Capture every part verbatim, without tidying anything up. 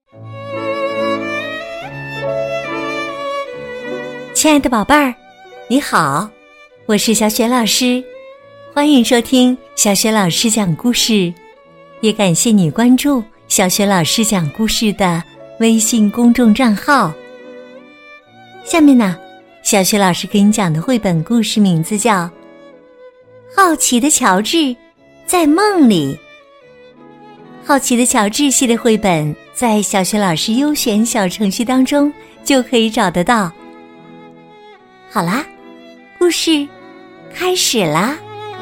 亲爱的宝贝儿，你好，我是小雪老师，欢迎收听小雪老师讲故事，也感谢你关注小雪老师讲故事的微信公众账号。下面呢，小雪老师给你讲的绘本故事名字叫《好奇的乔治在梦里》。好奇的乔治系列绘本在小雪老师优选小程序当中就可以找得到。好啦，故事开始啦！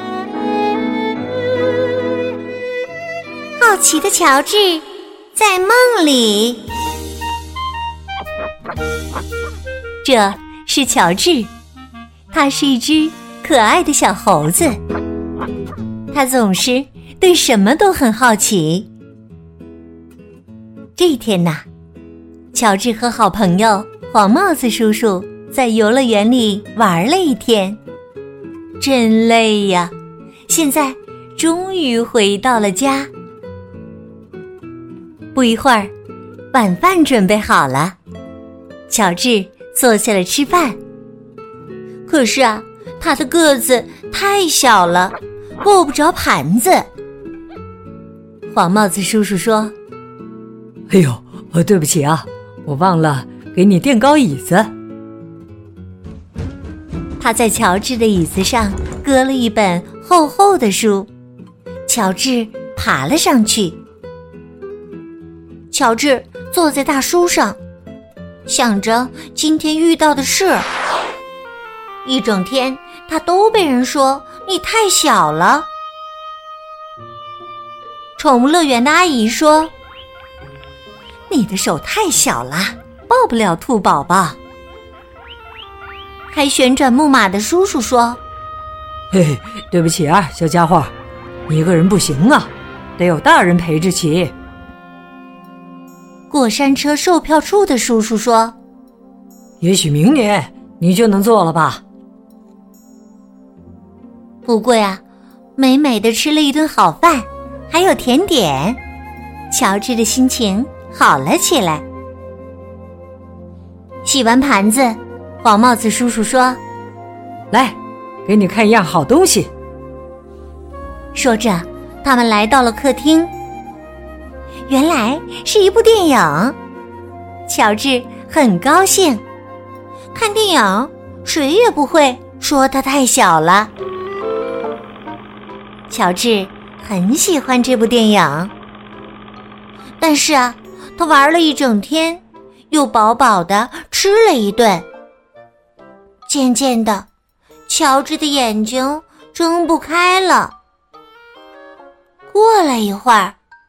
好奇的乔治在梦里。这是乔治，他是一只可爱的小猴子，他总是对什么都很好奇。这一天呐，乔治和好朋友黄帽子叔叔在游乐园里玩了一天，真累呀！现在终于回到了家。不一会儿，晚饭准备好了，乔治坐下来吃饭。可是啊，他的个子太小了，够不着盘子。黄帽子叔叔说：“ 哎呦，呃，对不起啊，我忘了给你垫高椅子。” 他在乔治的椅子上搁了一本厚厚的书，乔治爬了上去。乔治坐在大书上，想着今天遇到的事。一整天他都被人说你太小了。宠物乐园的阿姨说：“你的手太小了，抱不了兔宝宝。”开旋转木马的叔叔说：“ 嘿嘿，对不起啊，小家伙，你一个人不行啊，得有大人陪着骑。” 过山车售票处的叔叔说：“ 也许明年你就能坐了吧。” 不过呀，美美的吃了一顿好饭，还有甜点，乔治的心情好了起来。洗完盘子，黄帽子叔叔说：“ 来，给你看一样好东西。” 说着，他们来到了客厅。原来是一部电影，乔治很高兴。看电影，谁也不会说他太小了。乔治很喜欢这部电影，但是啊，他玩了一整天，又饱饱的吃了一顿。渐渐的，乔治的眼睛睁不开了。过了一会儿，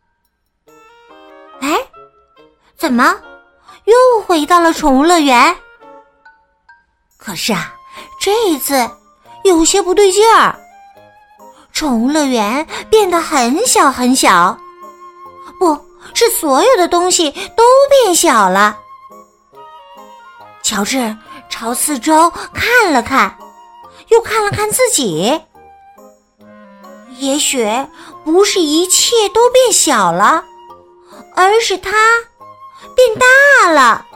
哎，怎么又回到了宠物乐园？可是啊，这一次有些不对劲儿。宠物乐园变得很小很小，不是所有的东西都变小了。乔治朝四周看了看，又看了看自己。也许不是一切都变小了，而是它变大了。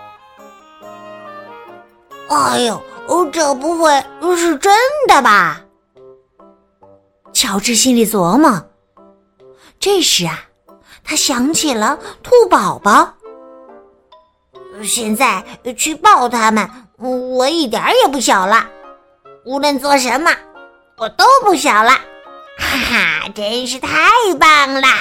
哎呦，这不会是真的吧？乔治心里琢磨。这时啊，他想起了兔宝宝。现在去抱他们，我一点也不小了。无论做什么，我都不小了。哈哈，真是太棒了！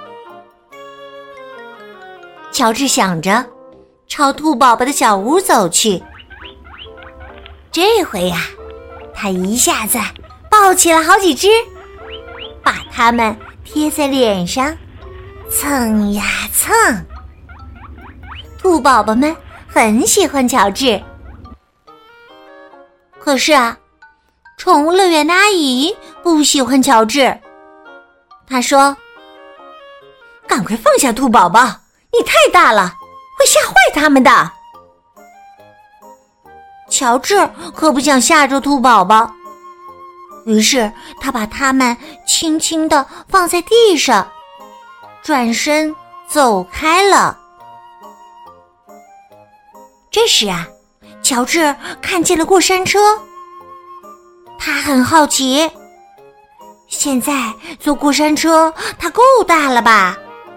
乔治想着，朝兔宝宝的小屋走去。这回呀、啊，他一下子抱起了好几只，把它们贴在脸上，蹭呀蹭。兔宝宝们很喜欢乔治。可是啊，宠物乐园的阿姨不喜欢乔治。她说：“赶快放下兔宝宝，你太大了，会吓坏他们的。”乔治可不想吓着兔宝宝，于是他把它们轻轻地放在地上，转身走开了。 这时啊，乔治看见了过山车，他很好奇，现在坐过山车它够大了吧？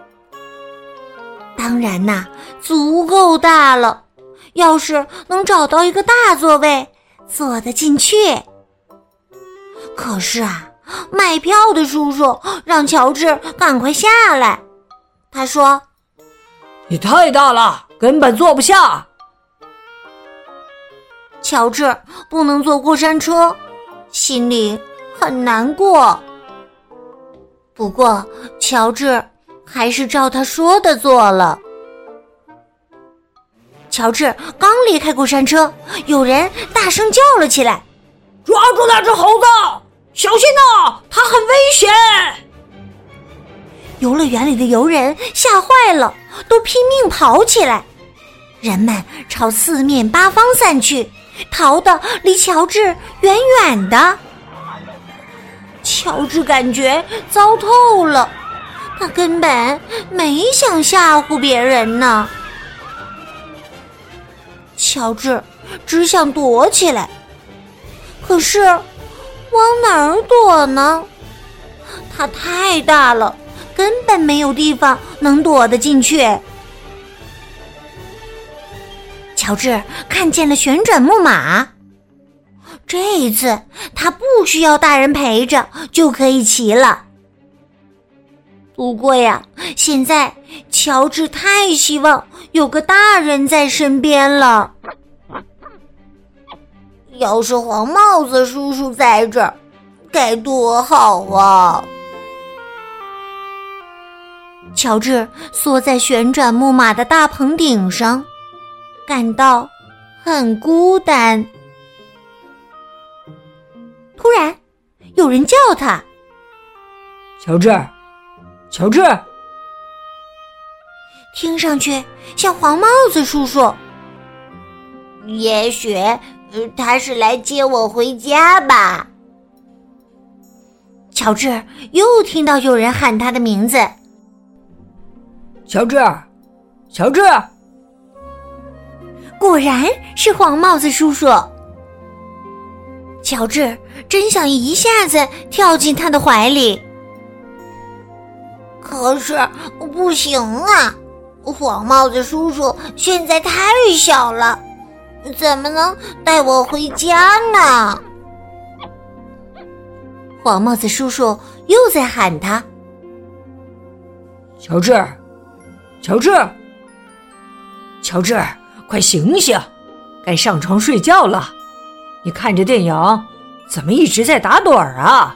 当然呐，足够大了，要是能找到一个大座位，坐得进去。可是啊，卖票的叔叔让乔治赶快下来，他说： 你太大了，根本坐不下。 乔治不能坐过山车，心里很难过。不过乔治还是照他说的做了。乔治刚离开过山车，有人大声叫了起来： 抓住那只猴子，小心呐，它很危险。 游乐园里的游人吓坏了，都拼命跑起来，人们朝四面八方散去，逃得离乔治远远的。乔治感觉糟透了，他根本没想吓唬别人呢。乔治只想躲起来，可是往哪儿躲呢？它太大了，根本没有地方能躲得进去。乔治看见了旋转木马，这一次他不需要大人陪着就可以骑了。不过呀，现在乔治太希望有个大人在身边了。要是黄帽子叔叔在这儿，该多好啊！乔治缩在旋转木马的大棚顶上，感到很孤单。突然，有人叫他： 乔治，乔治！ 听上去像黄帽子叔叔。也许他是来接我回家吧。乔治又听到有人喊他的名字： 乔治，乔治！ 果然是黄帽子叔叔。乔治真想一下子跳进他的怀里，可是不行啊，黄帽子叔叔现在太小了，怎么能带我回家呢？黄帽子叔叔又在喊他： 乔治，乔治，乔治，快醒醒，该上床睡觉了。你看着电影，怎么一直在打盹儿啊？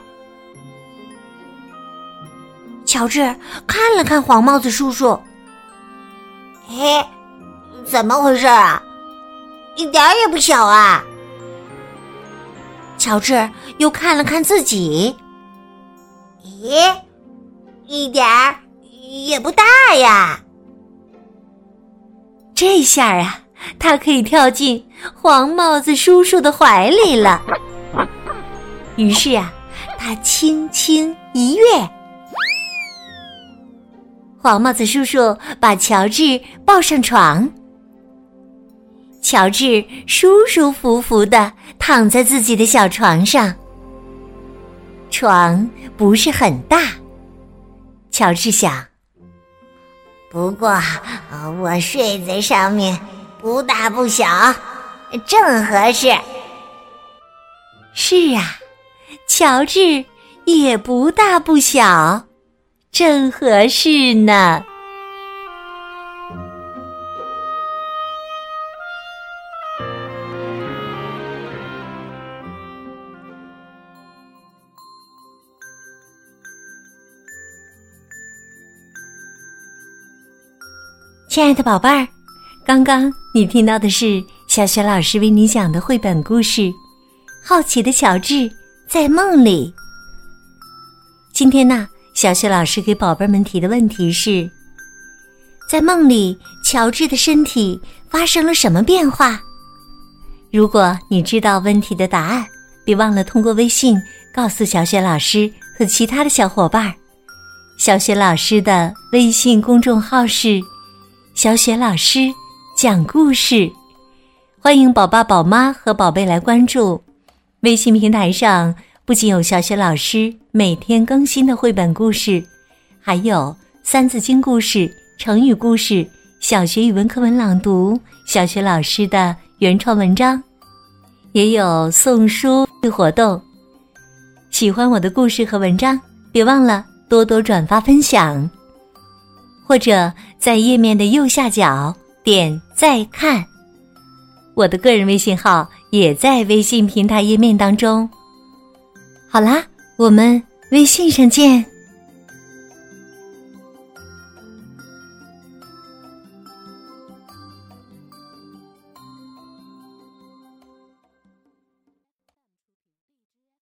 乔治看了看黄帽子叔叔，嘿，怎么回事啊？一点也不小啊！乔治又看了看自己，咦，一点儿也不大呀。这下啊，他可以跳进黄帽子叔叔的怀里了。于是啊，他轻轻一跃，黄帽子叔叔把乔治抱上床，乔治舒舒服服地躺在自己的小床上。床不是很大，乔治想，不过我睡在上面不大不小，正合适。是啊，乔治也不大不小，正合适呢。亲爱的宝贝儿，刚刚你听到的是小雪老师为你讲的绘本故事《好奇的乔治在梦里》。今天呢，小雪老师给宝贝们提的问题是：在梦里，乔治的身体发生了什么变化？如果你知道问题的答案，别忘了通过微信告诉小雪老师和其他的小伙伴。小雪老师的微信公众号是小雪老师讲故事， 欢迎宝爸宝妈和宝贝来关注。微信平台上不仅有小雪老师每天更新的绘本故事，还有三字经故事、成语故事、小学语文课文朗读、小雪老师的原创文章，也有送书活动。喜欢我的故事和文章，别忘了多多转发分享，或者在页面的右下角点再看。我的个人微信号也在微信平台页面当中。好啦，我们微信上见。